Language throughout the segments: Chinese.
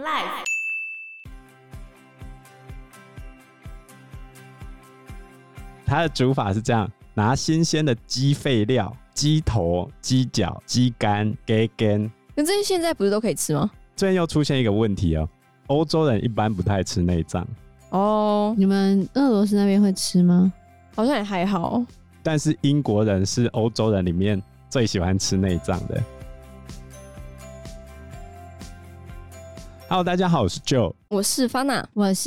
Life。 它的煮法是这样：拿新鲜的鸡废料、鸡头、鸡脚、鸡肝、鸡根。 可这些现在不是都可以吃吗？ 最近又出现一个问题哦，欧洲人一般不太吃内脏哦， 你们俄罗斯那边会吃吗？ 好像也还好。 但是英国人是欧洲人里面最喜欢吃内脏的。Hello， 大家好，我是 Joe， 我是 Fana， 我是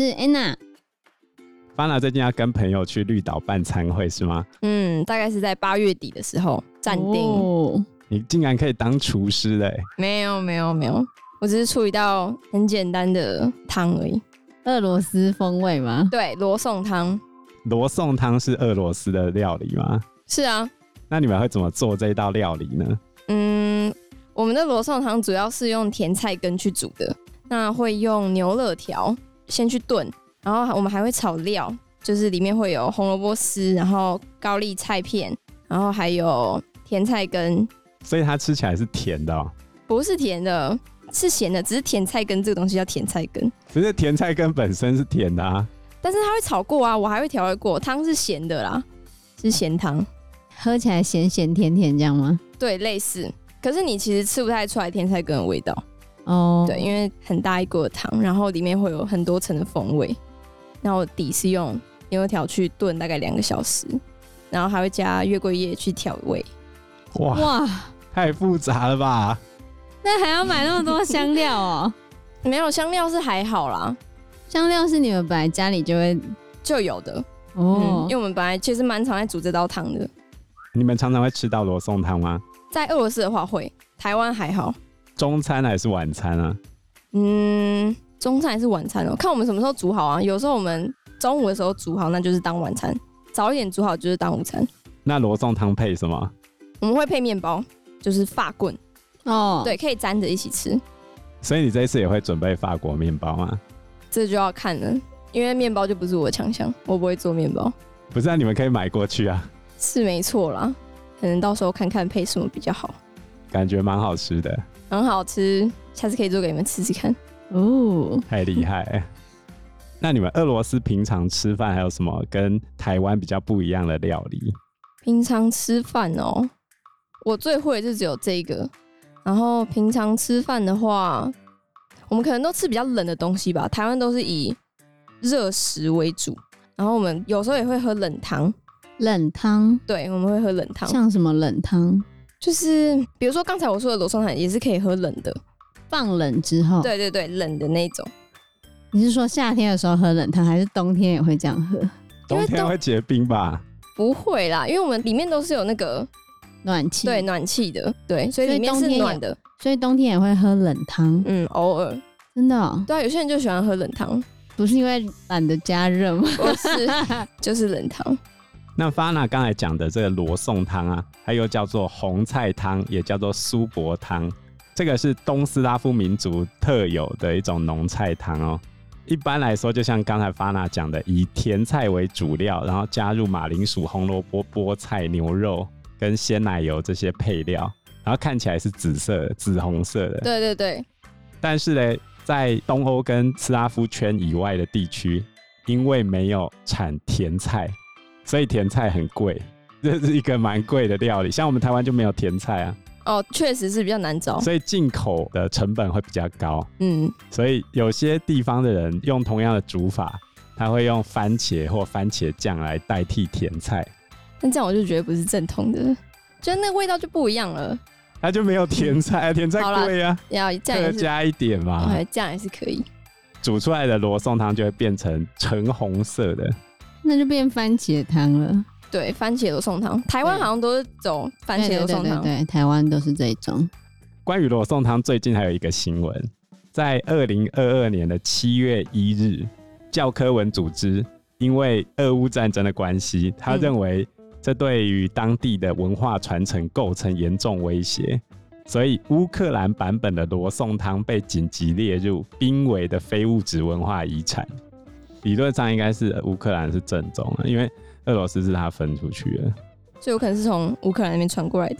Anna。Fana 最近要跟朋友去绿岛办餐会是吗？ 大概是在8月底的时候暂定。 哦， 你竟然可以当厨师嘞？ 没有，我只是出一道很简单的汤而已。 俄罗斯风味吗？ 对，罗宋汤。 罗宋汤是俄罗斯的料理吗？ 是啊。 那你们会怎么做这一道料理呢？ 我们的罗宋汤主要是用甜菜根去煮的，那会用牛肋条先去炖，然后我们还会炒料，就是里面会有红萝卜丝，然后高丽菜片，然后还有甜菜根。 所以它吃起来是甜的哦？ 不是甜的，是咸的，只是甜菜根这个东西叫甜菜根。 只是甜菜根本身是甜的啊。 但是它会炒过啊，我还会调味过，汤是咸的啦，是咸汤， 喝起来咸咸甜甜这样吗？ 对，类似。可是你其实吃不太出来甜菜根的味道哦。 对，因为很大一锅的汤，然后里面会有很多层的风味，然后底是用牛肉条去炖大概2个小时，然后还会加月桂叶去调味。 哇，太复杂了吧？ 那还要买那么多香料哦？ 没有，香料是还好啦， 香料是你们本来家里就有的哦。 因为我们本来其实蛮常在煮这道汤的。 你们常常会吃到罗宋汤吗？ 在俄罗斯的话会，台湾还好。 中餐还是晚餐啊？ 中餐还是晚餐哦，看我们什么时候煮好啊。有时候我们中午的时候煮好，那就是当晚餐；早一点煮好就是当午餐。 那罗宋汤配什么？ 我们会配面包，就是法棍哦。 对，可以沾着一起吃。 所以你这一次也会准备法国面包吗？ 这就要看了，因为面包就不是我的强项，我不会做面包。 不是啊，你们可以买过去啊。 是没错啦，可能到时候看看配什么比较好。 感觉蛮好吃的， 很好吃，下次可以做给你们吃吃看。 哦， 太厉害了。那你们俄罗斯平常吃饭还有什么跟台湾比较不一样的料理？ 平常吃饭哦，我最会的就只有这个。然后平常吃饭的话，我们可能都吃比较冷的东西吧。台湾都是以热食为主，然后我们有时候也会喝冷汤。 冷汤？ 对，我们会喝冷汤。 像什么冷汤？ 就是比如说刚才我说的罗宋汤也是可以喝冷的， 放冷之后。 对对对，冷的那种。 你是说夏天的时候喝冷汤，还是冬天也会这样喝？ 冬天会结冰吧？ 不会啦，因为我们里面都是有那个暖气， 对，暖气的，对，所以里面是暖的。 所以冬天也会喝冷汤？ 偶尔。 真的哦？ 对啊，有些人就喜欢喝冷汤。 不是因为懒得加热吗？ 不是，就是冷汤。 那 Fana 刚才讲的这个罗宋汤啊，它又叫做红菜汤，也叫做苏泊汤。这个是东斯拉夫民族特有的一种浓菜汤哦。一般来说，就像刚才 Fana 讲的，以甜菜为主料，然后加入马铃薯、红萝卜、菠菜、牛肉跟鲜奶油这些配料，然后看起来是紫色、紫红色的。 对对对。 但是呢，在东欧跟斯拉夫圈以外的地区，因为没有产甜菜，所以甜菜很贵，这是一个蛮贵的料理。像我们台湾就没有甜菜啊。 哦，确实是比较难找， 所以进口的成本会比较高。所以有些地方的人用同样的煮法，他会用番茄或番茄酱来代替甜菜。 但这样我就觉得不是正统的，就那个味道就不一样了。 它就没有甜菜，甜菜贵啊， 要这样也是加一点嘛。 这样也是可以。 煮出来的罗宋汤就会变成橙红色的， 那就变番茄汤了。 对，番茄罗宋汤，台湾好像都是走番茄罗宋汤。 对，台湾都是这种。 关于罗宋汤，最近还有一个新闻，在2022年的7月1日，教科文组织因为俄乌战争的关系，他认为这对于当地的文化传承构成严重威胁，所以乌克兰版本的罗宋汤被紧急列入濒危的非物质文化遗产。理论上应该是乌克兰是正宗的，因为俄罗斯是他分出去的， 所以有可能是从乌克兰那边传过来的。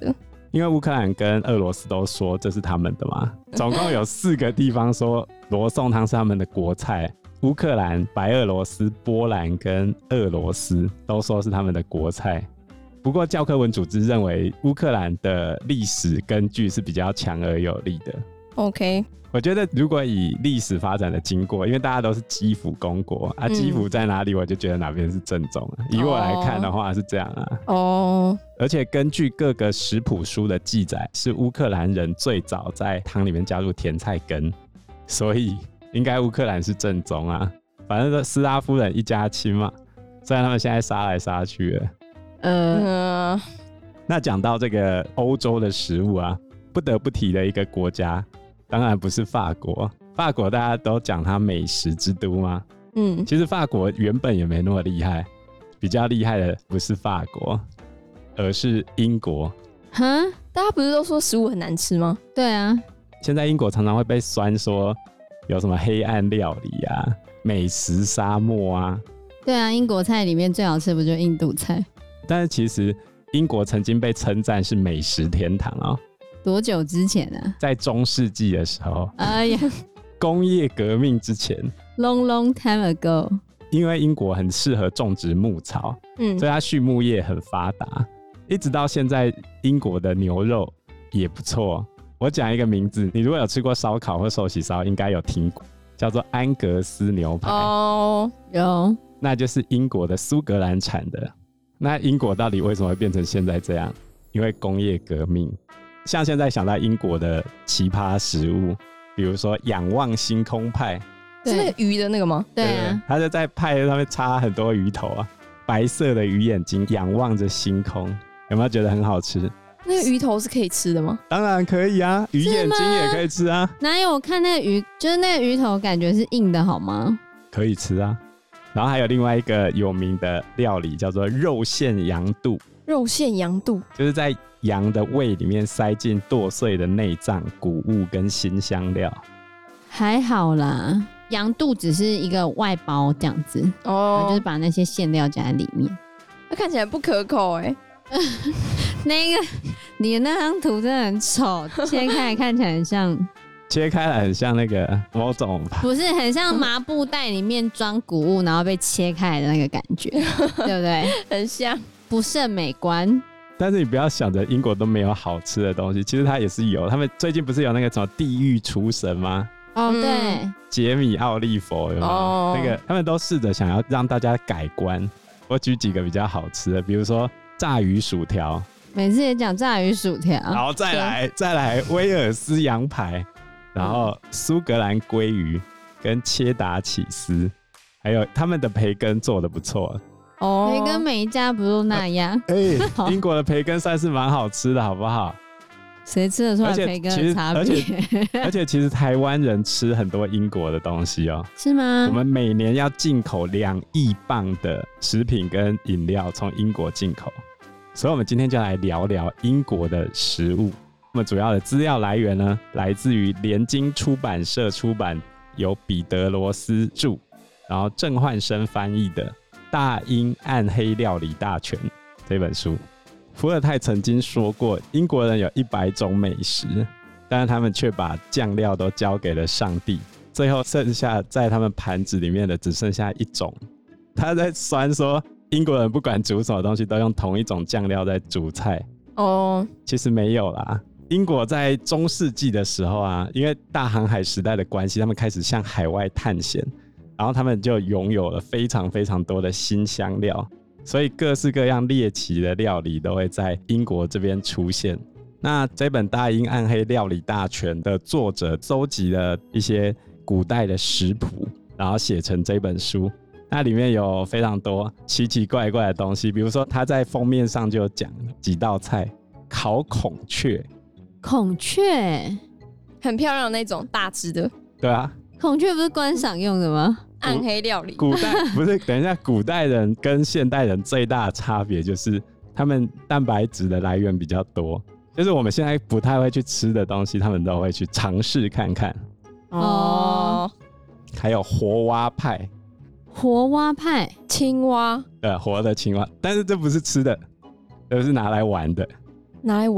因为乌克兰跟俄罗斯都说这是他们的嘛，总共有4个地方说罗宋汤是他们的国菜，乌克兰、白俄罗斯、波兰跟俄罗斯都说是他们的国菜。不过教科文组织认为乌克兰的历史根据是比较强而有力的。 OK， 我觉得如果以历史发展的经过，因为大家都是基辅公国啊，基辅在哪里我就觉得哪边是正宗啊。以我来看的话是这样啊。 哦， 而且根据各个食谱书的记载，是乌克兰人最早在汤里面加入甜菜根，所以应该乌克兰是正宗啊。反正斯拉夫人一家亲嘛，虽然他们现在杀来杀去了。那讲到这个欧洲的食物啊，不得不提的一个国家，当然不是法国。法国大家都讲它美食之都嘛，其实法国原本也没那么厉害，比较厉害的不是法国，而是英国。 哈， 大家不是都说食物很难吃吗？ 对啊， 现在英国常常会被酸说有什么黑暗料理啊、美食沙漠啊。 对啊，英国菜里面最好吃不就印度菜？ 但是其实英国曾经被称赞是美食天堂哦。 多久之前啊？ 在中世纪的时候， 哎呀， 工业革命之前 long time ago。 因为英国很适合种植牧草，所以它畜牧业很发达。一直到现在，英国的牛肉也不错。我讲一个名字，你如果有吃过烧烤或寿喜烧，应该有听过，叫做安格斯牛排。 哦， 有， 那就是英国的苏格兰产的。那英国到底为什么会变成现在这样？因为工业革命。像现在想到英国的奇葩食物，比如说仰望星空派， 是那个鱼的那个吗？ 对啊， 他就在派上面插很多鱼头啊，白色的鱼眼睛仰望着星空，有没有觉得很好吃？ 那个鱼头是可以吃的吗？ 当然可以啊，鱼眼睛也可以吃啊。 哪有？我看那个鱼，就是那个鱼头感觉是硬的好吗？ 可以吃啊。然后还有另外一个有名的料理叫做肉馅羊肚。 肉馅羊肚就是在羊的胃里面塞进剁碎的内脏、谷物跟辛香料。 还好啦，羊肚只是一个外包这样子，然后就是把那些馅料加在里面。 那看起来不可口哎。 那个你的那张图真的很丑，切开来看起来很像， 切开来很像那个某种， 不是很像麻布袋里面装谷物，然后被切开来的那个感觉，对不对？ 很像， 不甚美观。 但是你不要想着英国都没有好吃的东西，其实它也是有。他们最近不是有那个什么地狱厨神吗？ 哦，对， 杰米奥利佛有没有？那个他们都试着想要让大家改观。我举几个比较好吃的，比如说炸鱼薯条， 每次也讲炸鱼薯条， 然后再来威尔斯羊排，然后苏格兰鲑鱼跟切达起司，还有他们的培根做的不错。 培根每一家不都那样？ 英国的培根算是蛮好吃的，好不好？ 谁吃得出来培根的差别？ 而且其实台湾人吃很多英国的东西哦， 是吗？ 我们每年要进口2亿磅的食品跟饮料从英国进口，所以我们今天就来聊聊英国的食物。我们主要的资料来源呢，来自于联经出版社出版，由彼得罗斯著，然后郑焕生翻译的《大英暗黑料理大全》这本书。伏尔泰曾经说过，英国人有100种美食，但是他们却把酱料都交给了上帝，最后剩下在他们盘子里面的只剩下1种。他在酸说英国人不管煮什么东西都用同一种酱料在煮菜。其实没有啦。英国在中世纪的时候啊，因为大航海时代的关系，他们开始向海外探险，然后他们就拥有了非常非常多的辛香料，所以各式各样猎奇的料理都会在英国这边出现。那这本《大英暗黑料理大全》的作者收集了一些古代的食谱，然后写成这本书。那里面有非常多奇奇怪怪的东西，比如说他在封面上就讲几道菜：烤孔雀， 孔雀很漂亮的那种大只的。 对啊， 孔雀不是观赏用的吗？ 暗黑料理。 古代不是，等一下，古代人跟现代人最大的差别就是他们蛋白质的来源比较多，就是我们现在不太会去吃的东西，他们都会去尝试看看。还有活蛙派。 活蛙派， 青蛙， 活的青蛙，但是这不是吃的，这是拿来玩的。 拿来玩？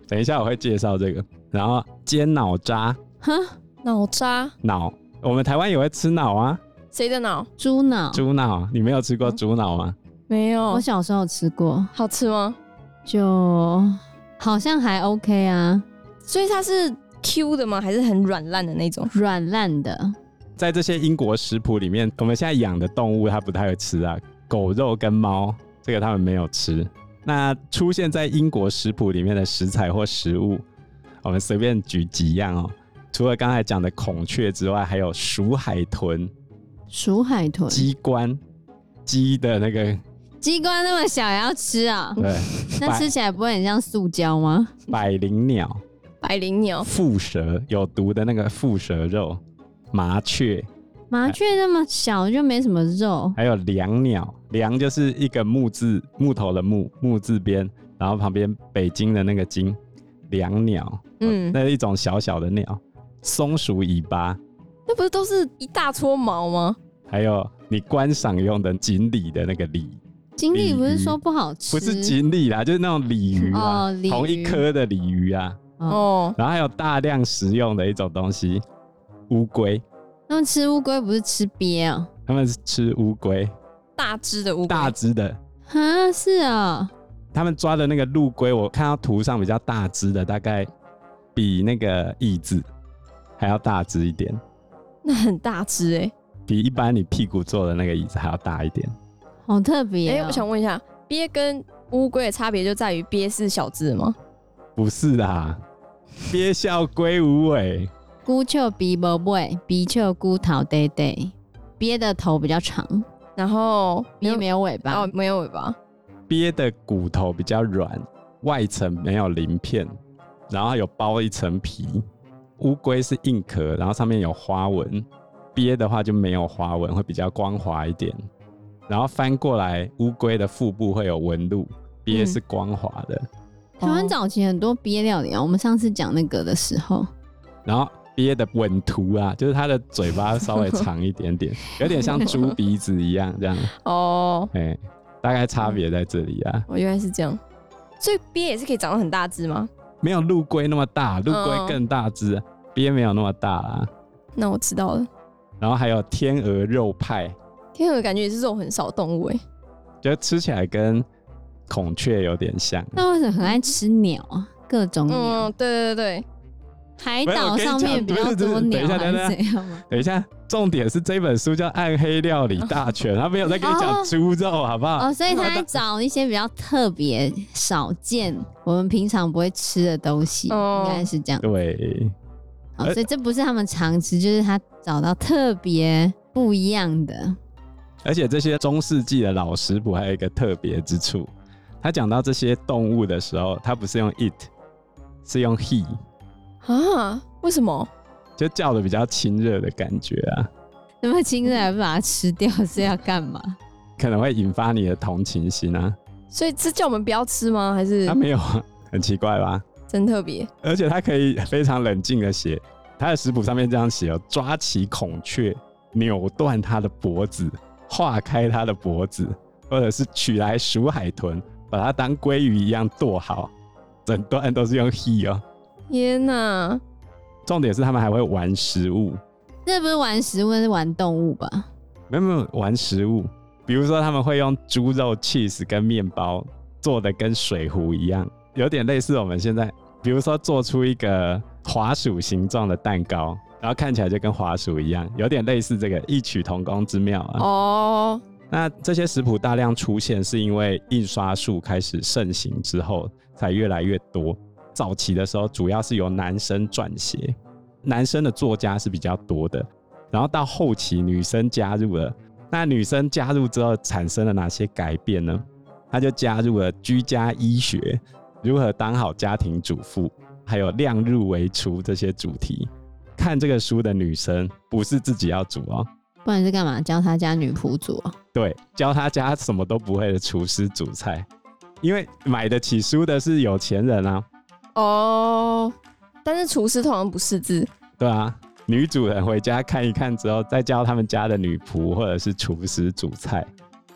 等一下我会介绍这个。然后煎脑渣， 脑渣， 脑，我们台湾也会吃脑啊。 谁的脑？ 猪脑。 猪脑，你没有吃过猪脑吗？ 没有。 我小时候有吃过。 好吃吗？ 就好像还 OK 啊。 所以它是 Q 的吗？还是很软烂的那种？ 软烂的。 在这些英国食谱里面，我们现在养的动物它不太会吃啊，狗肉跟猫这个他们没有吃。那出现在英国食谱里面的食材或食物，我们随便举几样哦。除了刚才讲的孔雀之外，还有鼠海豚。 鼠海豚。 鸡冠，鸡的那个。 鸡冠那么小也要吃啊？ 对。 那吃起来不会很像塑胶吗？ 百灵鸟。 百灵鸟。 蝮蛇，有毒的那个蝮蛇肉。麻雀。 麻雀那么小就没什么肉。 还有椋鸟，椋就是一个木头的木字边，然后旁边北京的那个京，椋鸟，那是一种小小的鸟。松鼠尾巴， 那不是都是一大撮毛吗？ 还有你观赏用的锦鲤的那个鲤， 锦鲤不是说不好吃？ 不是锦鲤啦，就是那种鲤鱼啊，同一科的鲤鱼啊。然后还有大量食用的一种东西，乌龟。 他们吃乌龟不是吃鳖啊？ 他们是吃乌龟， 大只的乌龟。 大只的啊，是啊。 他们抓的那个陆龟，我看到图上比较大只的，大概比那个翼子还要大只一点。 那很大只欸。 比一般你屁股坐的那个椅子还要大一点。 好特别。 我想问一下，鳖跟乌龟的差别就在于鳖是小只吗？ 不是啦，鳖笑龟无尾。 龟笑鳖无尾，鳖笑龟头短短。鳖的头比较长，然后鳖没有尾巴。 没有尾巴。 鳖的骨头比较软，外层没有鳞片，然后有包一层皮。乌龟是硬壳，然后上面有花纹。鳖的话就没有花纹，会比较光滑一点。然后翻过来，乌龟的腹部会有纹路，鳖是光滑的。 台湾早期很多鳖料理啊，我们上次讲那个的时候。 然后鳖的吻图啊，就是它的嘴巴稍微长一点点，有点像猪鼻子一样这样。大概差别在这里啊。 原来是这样，所以鳖也是可以长得很大只吗？ 没有陆龟那么大，陆龟更大只，鳖没有那么大啦。 那我知道了。 然后还有天鹅肉派。 天鹅感觉也是肉很少的动物欸， 就吃起来跟孔雀有点像。 那为什么很爱吃鸟啊？各种鸟。 对对对。 海岛上面比较多鸟还是怎样吗？ 等一下，重点是这本书叫《暗黑料理大全》，他没有在跟你讲猪肉，好不好？ 所以他在找一些比较特别、少见、我们平常不会吃的东西，应该是这样。 对。 所以这不是他们常吃，就是他找到特别不一样的。 而且这些中世纪的老食谱还有一个特别之处，他讲到这些动物的时候，他不是用 it， 是用 he。 啊？为什么？ 就叫的比较亲热的感觉啊。 那么亲热还不把它吃掉是要干嘛？ 可能会引发你的同情心啊。 所以是叫我们不要吃吗？还是？ 他没有，很奇怪吧？ 真特别。而且他可以非常冷静的写，他的食谱上面这样写哦：抓起孔雀，扭断它的脖子，化开它的脖子，或者是取来鼠海豚，把它当鲑鱼一样剁好，整段都是用 he 哦。 天哪！ 重点是他们还会玩食物。 这不是玩食物，是玩动物吧？ 没有玩食物，比如说他们会用猪肉、cheese 跟面包做的跟水壶一样，有点类似我们现在，比如说做出一个滑鼠形状的蛋糕，然后看起来就跟滑鼠一样，有点类似这个异曲同工之妙啊。那这些食谱大量出现，是因为印刷术开始盛行之后才越来越多。早期的时候主要是由男生撰写，男生的作家是比较多的，然后到后期女生加入了。那女生加入之后产生了哪些改变呢？她就加入了居家医学，如何当好家庭主妇，还有量入为出这些主题。看这个书的女生不是自己要煮哦， 不然是干嘛？教她家女仆煮哦？ 对，教她家什么都不会的厨师煮菜，因为买得起书的是有钱人啊。 但是厨师通常不识字。 对啊，女主人回家看一看之后，再教他们家的女仆或者是厨师煮菜。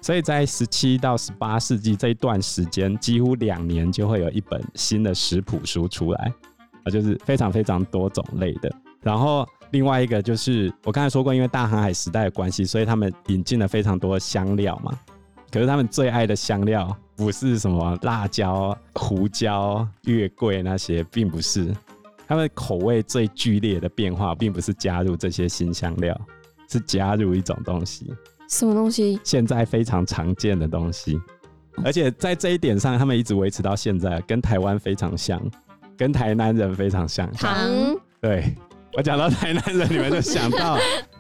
所以在17到18世纪这一段时间，几乎2年就会有一本新的食谱书出来，就是非常非常多种类的。然后另外一个就是我刚才说过，因为大航海时代的关系，所以他们引进了非常多的香料嘛。可是他们最爱的香料不是什么辣椒、胡椒、月桂那些，并不是。他们口味最剧烈的变化，并不是加入这些新香料，是加入一种东西。 什么东西？ 现在非常常见的东西，而且在这一点上，他们一直维持到现在，跟台湾非常像，跟台南人非常像。 糖。 对，我讲到台南人，你们就想到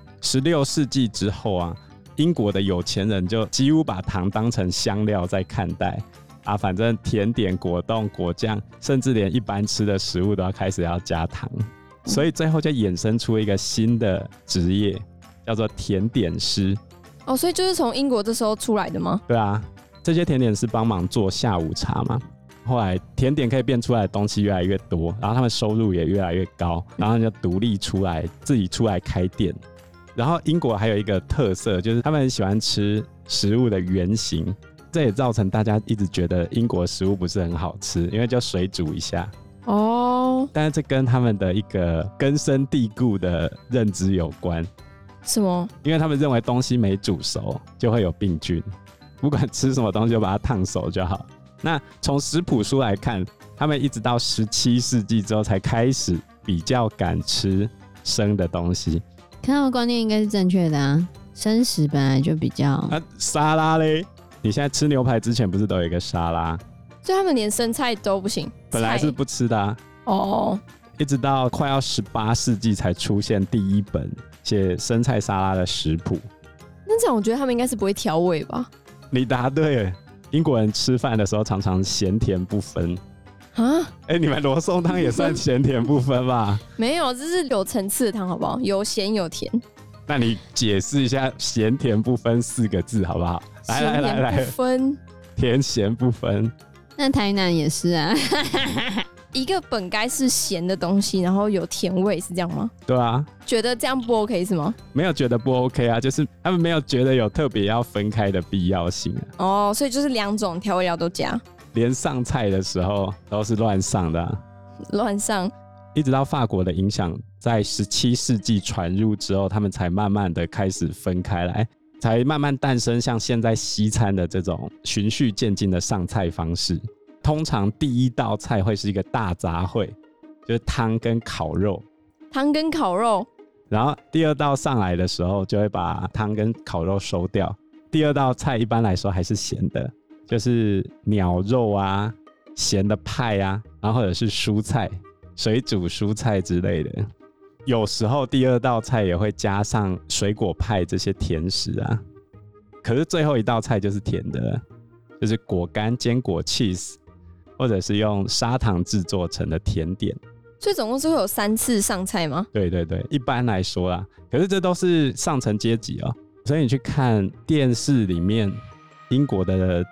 16世纪之后啊，英国的有钱人就几乎把糖当成香料在看待啊，反正甜点、果冻、果酱，甚至连一般吃的食物都要开始要加糖，所以最后就衍生出一个新的职业，叫做甜点师。 哦，所以就是从英国这时候出来的吗？ 对啊，这些甜点师帮忙做下午茶嘛。后来甜点可以变出来的东西越来越多，然后他们收入也越来越高，然后就独立出来，自己出来开店。然后英国还有一个特色，就是他们很喜欢吃食物的原型，这也造成大家一直觉得英国食物不是很好吃，因为就水煮一下。 哦， 但是这跟他们的一个根深蒂固的认知有关。 什么？ 因为他们认为东西没煮熟就会有病菌，不管吃什么东西就把它烫熟就好。那从食谱书来看，他们一直到17世纪之后才开始比较敢吃生的东西。 看他们观念应该是正确的啊，生食本来就比较。 沙拉嘞？你现在吃牛排之前不是都有一个沙拉？ 所以他们连生菜都不行？ 本来是不吃的啊。 哦。 一直到快要18世纪才出现第一本写生菜沙拉的食谱。 那这样我觉得他们应该是不会调味吧？ 你答对了，英国人吃饭的时候常常咸甜不分啊。 你们罗宋汤也算咸甜不分吧？ 没有，这是有层次的汤，好不好？有咸有甜。 那你解释一下咸甜不分4个字好不好？来， 不分， 甜咸不分。 那台南也是啊。 一个本该是咸的东西，然后有甜味，是这样吗？ 对啊。 觉得这样不 OK 是吗？ 没有觉得不 OK 啊，就是他们没有觉得有特别要分开的必要性啊。 哦，所以就是2种调味料都加， 连上菜的时候都是乱上的啊。 乱上。 一直到法国的影响在17世纪传入之后，他们才慢慢的开始分开来，才慢慢诞生像现在西餐的这种循序渐进的上菜方式。通常第1道菜会是一个大杂烩，就是汤跟烤肉。 汤跟烤肉。 然后第2道上来的时候，就会把汤跟烤肉收掉。第2道菜一般来说还是咸的，就是鸟肉啊、咸的派啊，然后或者是蔬菜、水煮蔬菜之类的。有时候第2道菜也会加上水果派这些甜食啊。可是最后1道菜就是甜的了，就是果干、坚果、cheese。或者是用砂糖制作成的甜点。 所以总共是会有3次上菜吗？ 对对对，一般来说啦。可是这都是上层阶级哦，所以你去看电视里面英国的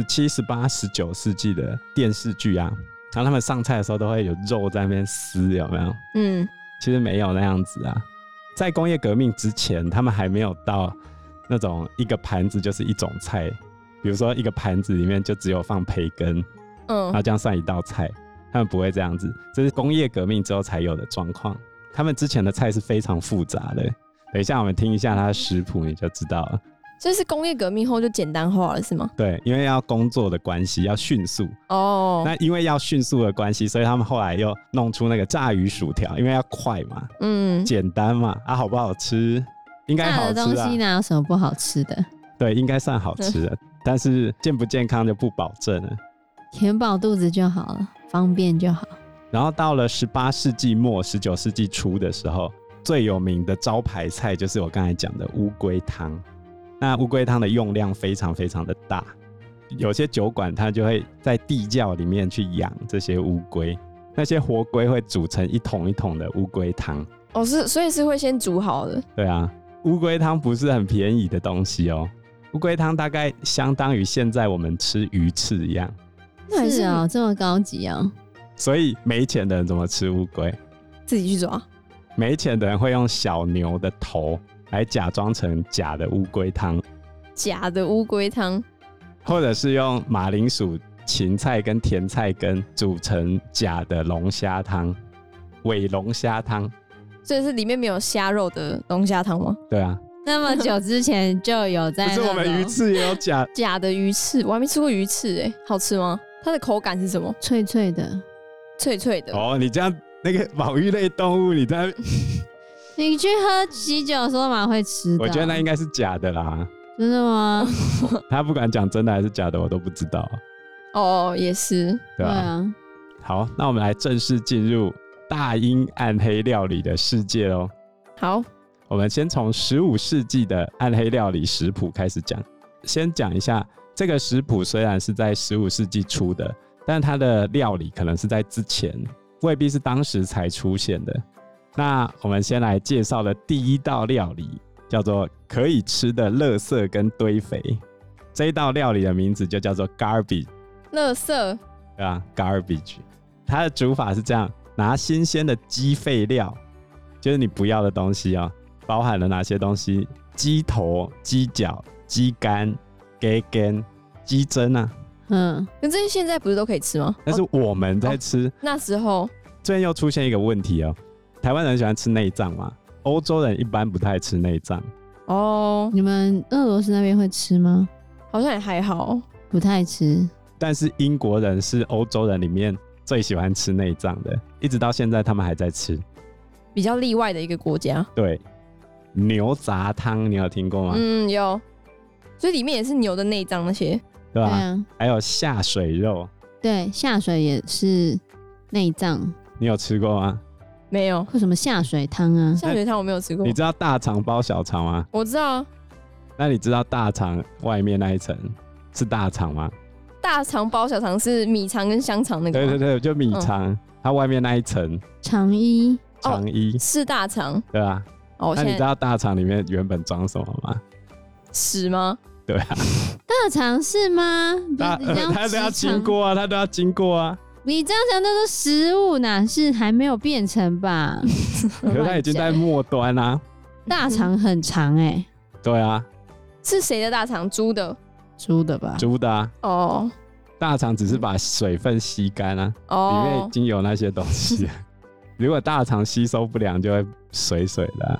17、18、19世纪的电视剧啊，然后他们上菜的时候都会有肉在那边撕，有没有？ 嗯， 其实没有那样子啊。在工业革命之前，他们还没有到那种一个盘子就是一种菜，比如说一个盘子里面就只有放培根。然后这样算1道菜，他们不会这样子，这是工业革命之后才有的状况。他们之前的菜是非常复杂的，等一下我们听一下他的食谱你就知道了。 所以是工业革命后就简单化了是吗？ 对，因为要工作的关系要迅速哦。 那因为要迅速的关系，所以他们后来又弄出那个炸鱼薯条，因为要快嘛，简单嘛，好不好吃？应该好吃啊。 炸的东西哪有什么不好吃的？ 对，应该算好吃的，但是健不健康就不保证了。 填饱肚子就好了，方便就好。 然后到了18世纪末、19世纪初的时候，最有名的招牌菜就是我刚才讲的乌龟汤。那乌龟汤的用量非常非常的大，有些酒馆它就会在地窖里面去养这些乌龟，那些活龟会煮成一桶一桶的乌龟汤。 哦，所以是会先煮好的。 对啊，乌龟汤不是很便宜的东西哦，乌龟汤大概相当于现在我们吃鱼翅一样。 是哦，这么高级哦。 所以没钱的人怎么吃乌龟？ 自己去抓。 没钱的人会用小牛的头来假装成假的乌龟汤， 假的乌龟汤， 或者是用马铃薯、芹菜跟甜菜根煮成假的龙虾汤，伪龙虾汤。 所以是里面没有虾肉的龙虾汤吗？ 对啊， 那么久之前就有在不是我们鱼翅也有假的鱼翅，我还没吃过鱼翅好吃吗？它的口感是什么？ 脆脆的， 脆脆的。 哦，你这样那个保育类动物，你在你去喝喜酒的时候嘛会吃的。 我觉得那应该是假的啦。 真的吗？ 他不管讲真的还是假的，我都不知道。 哦，也是。 对啊。好，那我们来正式进入大英暗黑料理的世界咯。 好， 我们先从15世纪的暗黑料理食谱开始讲。先讲一下这个食谱，虽然是在15世纪出的，但它的料理可能是在之前，未必是当时才出现的。那我们先来介绍的第一道料理叫做可以吃的垃圾跟堆肥。这一道料理的名字就叫做 garbage。 垃圾。 对啊， garbage。 它的煮法是这样，拿新鲜的鸡废料，就是你不要的东西包含了哪些东西？鸡头、鸡脚、鸡肝、鸡根、鸡胗啊。 可这些现在不是都可以吃吗？ 但是我们在吃。 那时候最近又出现一个问题台湾人喜欢吃内脏嘛，欧洲人一般不太吃内脏。 你们俄罗斯那边会吃吗？ 好像也还好， 不太吃。 但是英国人是欧洲人里面最喜欢吃内脏的，一直到现在他们还在吃。 比较例外的一个国家。 对，牛杂汤你有听过吗？ 有。所以里面也是牛的内脏那些， 对吧？还有下水肉。 对，下水也是内脏。 你有吃过吗？ 没有。 为什么下水汤啊？ 下水汤我没有吃过。 你知道大肠包小肠吗？ 我知道啊。 那你知道大肠外面那一层是大肠吗？ 大肠包小肠是米肠跟香肠那个吗？ 对对对，就米肠，它外面那一层肠衣。 肠衣是大肠。 对啊。那你知道大肠里面原本装什么吗？ 屎吗？ 对啊。 大肠是吗？ 他都要经过啊，他都要经过啊。 你这样讲都是食物，哪是还没有变成吧？ 可是它已经在末端啊。 大肠很长对啊。 是谁的大肠？猪的？ 猪的吧？ 猪的啊。大肠只是把水分吸干啊，里面已经有那些东西。如果大肠吸收不良，就会水水的。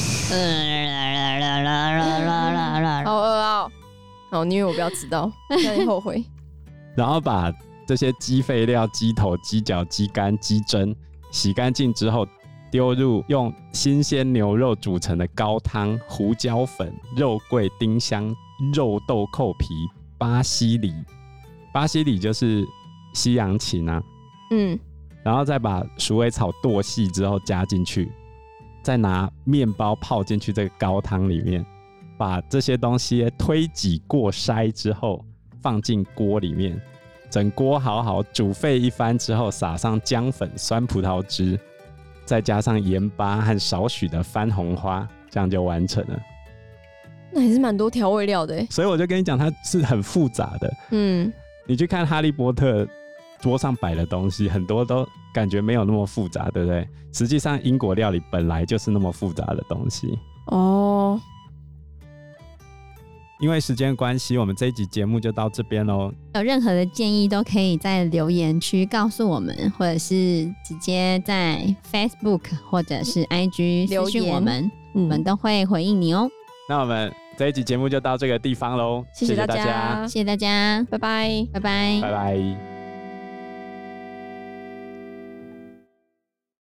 好饿啊！好，你以为我不要知道，让你后悔。 然后把这些鸡废料、鸡头、鸡脚、鸡肝、鸡胗洗干净之后，丢入用新鲜牛肉煮成的高汤、胡椒粉、肉桂、丁香、肉豆蔻皮、巴西里。巴西里就是西洋芹啊。然后再把鼠尾草剁细之后加进去，再拿面包泡进去这个高汤里面，把这些东西推挤过筛之后放进锅里面，整锅好好煮沸一番之后，撒上姜粉、酸葡萄汁，再加上盐巴和少许的番红花，这样就完成了。 那也是蛮多调味料的所以我就跟你讲，它是很复杂的。你去看哈利波特桌上摆的东西，很多都感觉没有那么复杂，对不对？实际上英国料理本来就是那么复杂的东西。因为时间关系，我们这一集节目就到这边咯。 有任何的建议都可以在留言区告诉我们，或者是直接在 Facebook 或者是 IG 私讯我们，我们都会回应你哦。 那我们这一集节目就到这个地方咯， 谢谢大家， 谢谢大家， 拜拜， 拜拜， 拜拜。